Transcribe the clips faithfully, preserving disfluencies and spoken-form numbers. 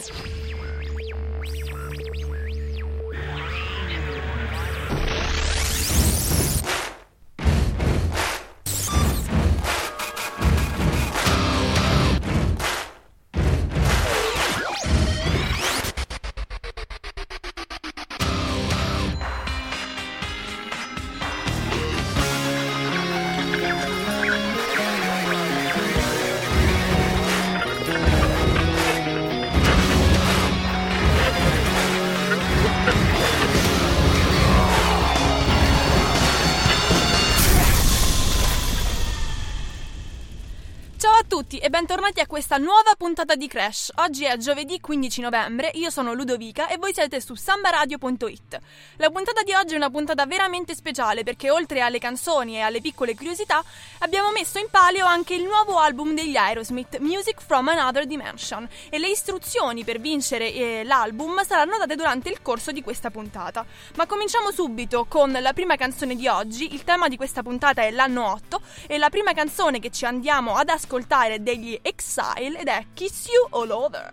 E bentornati a questa nuova puntata di Crash. Oggi è giovedì quindici novembre, io sono Ludovica e voi siete su samba radio punto it. La puntata di oggi è una puntata veramente speciale perché oltre alle canzoni e alle piccole curiosità abbiamo messo in palio anche il nuovo album degli Aerosmith, Music from Another Dimension, e le istruzioni per vincere eh, l'album saranno date durante il corso di questa puntata. Ma cominciamo subito con la prima canzone di oggi. Il tema di questa puntata è l'anno otto e la prima canzone che ci andiamo ad ascoltare degli Exile ed è Kiss You All Over.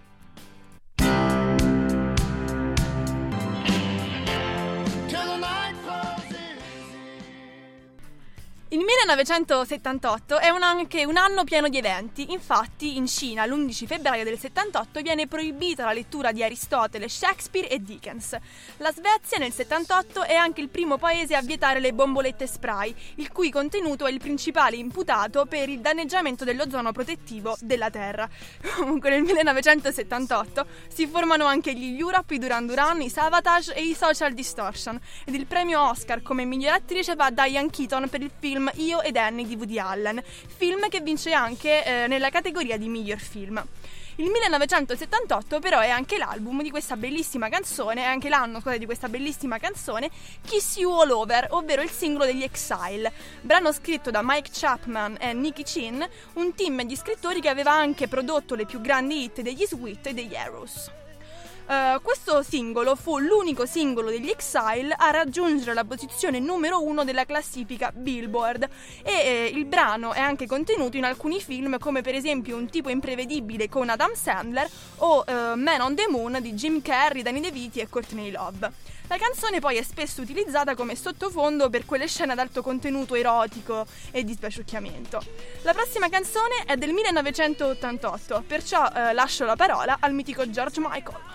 Il millenovecentosettantotto è un, anche un anno pieno di eventi. Infatti in Cina l'undici febbraio del settantotto viene proibita la lettura di Aristotele, Shakespeare e Dickens. La Svezia nel settantotto è anche il primo paese a vietare le bombolette spray, il cui contenuto è il principale imputato per il danneggiamento dell'ozono protettivo della Terra. Comunque nel millenovecentosettantotto si formano anche gli Europe, i Duran Duran, i Savatage e i Social Distortion, ed il premio Oscar come miglior attrice va a Diane Keaton per il film Io ed Annie di Woody Allen, film che vince anche eh, nella categoria di miglior film. Il millenovecentosettantotto però è anche l'album di questa bellissima canzone, è anche l'anno scusate, di questa bellissima canzone Kiss You All Over, ovvero il singolo degli Exile, brano scritto da Mike Chapman e Nicky Chin, un team di scrittori che aveva anche prodotto le più grandi hit degli Sweet e degli Eros. Uh, questo singolo fu l'unico singolo degli Exile a raggiungere la posizione numero uno della classifica Billboard e eh, il brano è anche contenuto in alcuni film come per esempio Un tipo imprevedibile con Adam Sandler o uh, Man on the Moon di Jim Carrey, Danny DeVito e Courtney Love. La canzone poi è spesso utilizzata come sottofondo per quelle scene ad alto contenuto erotico e di sbaciucchiamento. La prossima canzone è del millenovecentottantotto, perciò uh, lascio la parola al mitico George Michael.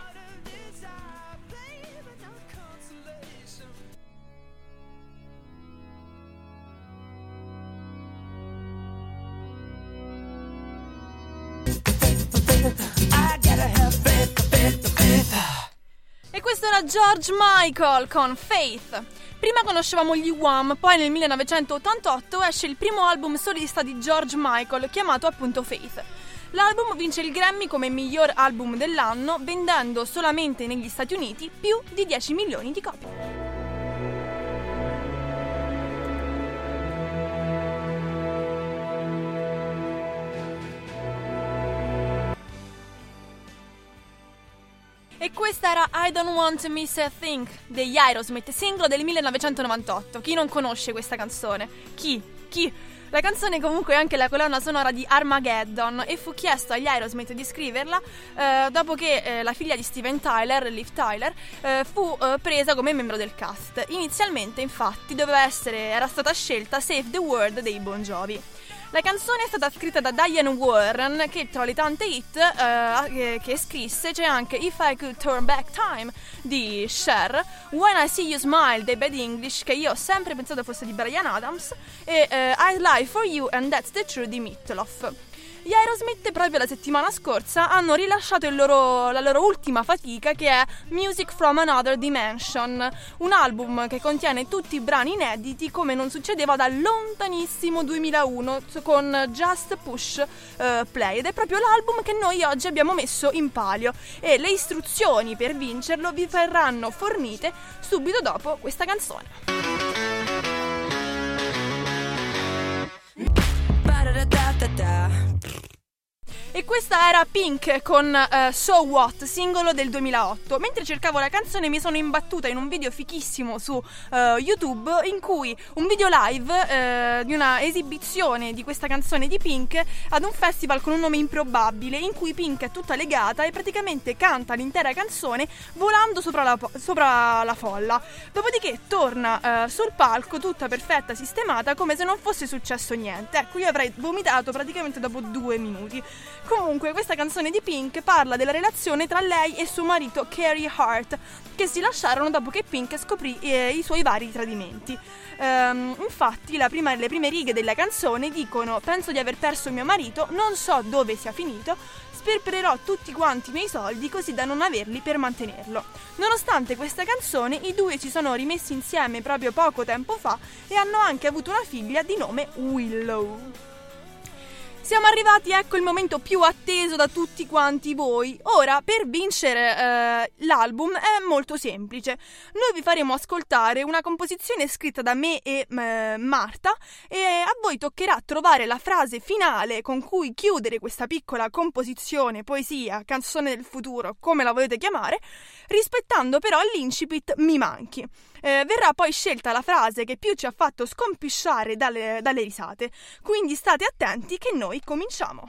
E questo era George Michael con Faith. Prima conoscevamo gli Wham, poi nel millenovecentottantotto esce il primo album solista di George Michael chiamato appunto Faith. L'album vince il Grammy come miglior album dell'anno, vendendo solamente negli Stati Uniti più di dieci milioni di copie. E questa era I Don't Want to Miss a Thing degli Aerosmith, singolo del millenovecentonovantotto. Chi non conosce questa canzone? Chi? Chi? La canzone comunque è anche la colonna sonora di Armageddon e fu chiesto agli Aerosmith di scriverla eh, dopo che eh, la figlia di Steven Tyler, Liv Tyler, eh, fu eh, presa come membro del cast. Inizialmente infatti doveva essere, era stata scelta Save the World dei Bon Jovi. La canzone è stata scritta da Diane Warren, che tra le tante hit uh, che, che scrisse c'è anche If I Could Turn Back Time di Cher, When I See You Smile dei Bad English, che io ho sempre pensato fosse di Bryan Adams, e uh, I Lie For You and That's the Truth di Meatloaf. Gli Aerosmith proprio la settimana scorsa hanno rilasciato il loro, la loro ultima fatica, che è Music from Another Dimension, un album che contiene tutti i brani inediti come non succedeva dal lontanissimo duemilauno con Just Push uh, Play, ed è proprio l'album che noi oggi abbiamo messo in palio e le istruzioni per vincerlo vi verranno fornite subito dopo questa canzone. E questa era Pink con uh, So What, singolo del duemilaotto. Mentre cercavo la canzone mi sono imbattuta in un video fichissimo su uh, YouTube, in cui un video live uh, di una esibizione di questa canzone di Pink ad un festival con un nome improbabile, in cui Pink è tutta legata e praticamente canta l'intera canzone volando sopra la, sopra la folla. Dopodiché torna uh, sul palco tutta perfetta, sistemata, come se non fosse successo niente. Ecco, io avrei vomitato praticamente dopo due minuti. Comunque, questa canzone di Pink parla della relazione tra lei e suo marito Carey Hart, che si lasciarono dopo che Pink scoprì eh, i suoi vari tradimenti. Um, infatti, la prima, le prime righe della canzone dicono: penso di aver perso mio marito, non so dove sia finito, sperpererò tutti quanti i miei soldi così da non averli per mantenerlo. Nonostante questa canzone, i due si sono rimessi insieme proprio poco tempo fa e hanno anche avuto una figlia di nome Willow. Siamo arrivati, ecco, il momento più atteso da tutti quanti voi. Ora, per vincere eh, l'album è molto semplice. Noi vi faremo ascoltare una composizione scritta da me e eh, Marta, e a voi toccherà trovare la frase finale con cui chiudere questa piccola composizione, poesia, canzone del futuro, come la volete chiamare, rispettando però l'incipit "mi manchi". Eh, verrà poi scelta la frase che più ci ha fatto scompisciare dalle, dalle risate, quindi state attenti che noi cominciamo.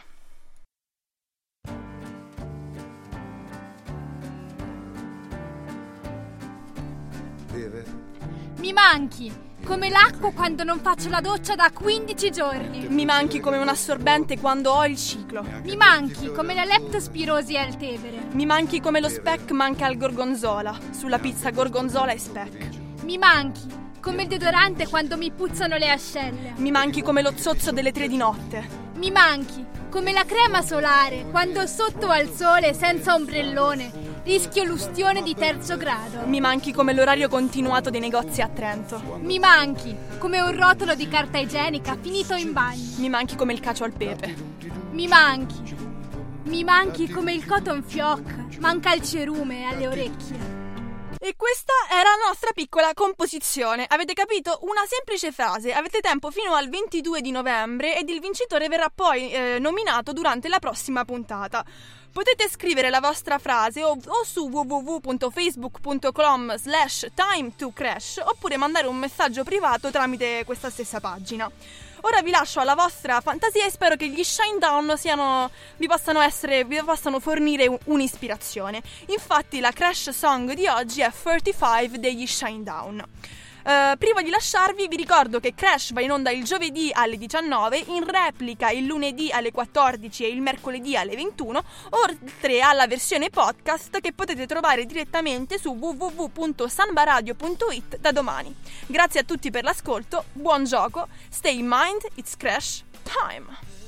Mi manchi come l'acqua quando non faccio la doccia da quindici giorni. Mi manchi come un assorbente quando ho il ciclo. Mi manchi come la leptospirosi al Tevere. Mi manchi come lo speck manca al gorgonzola, sulla pizza gorgonzola e speck. Mi manchi come il deodorante quando mi puzzano le ascelle. Mi manchi come lo zozzo delle tre di notte. Mi manchi come la crema solare quando sotto al sole senza ombrellone rischio l'ustione di terzo grado. Mi manchi come l'orario continuato dei negozi a Trento. Mi manchi come un rotolo di carta igienica finito in bagno. Mi manchi come il cacio al pepe. Mi manchi. Mi manchi come il cotton fioc manca il cerume alle orecchie. E questa era la nostra piccola composizione. Avete capito? Una semplice frase. Avete tempo fino al ventidue di novembre ed il vincitore verrà poi eh, nominato durante la prossima puntata. Potete scrivere la vostra frase o, o su w w w punto facebook punto com slash time to crash oppure mandare un messaggio privato tramite questa stessa pagina. Ora vi lascio alla vostra fantasia e spero che gli Shinedown siano, vi possano essere, vi possano fornire un, un'ispirazione. Infatti la crash song di oggi è trentacinque degli Shinedown. Uh, prima di lasciarvi vi ricordo che Crash va in onda il giovedì alle diciannove, in replica il lunedì alle quattordici e il mercoledì alle ventuno, oltre alla versione podcast che potete trovare direttamente su w w w punto sanbaradio punto i t da domani. Grazie a tutti per l'ascolto, buon gioco, stay in mind, it's Crash time!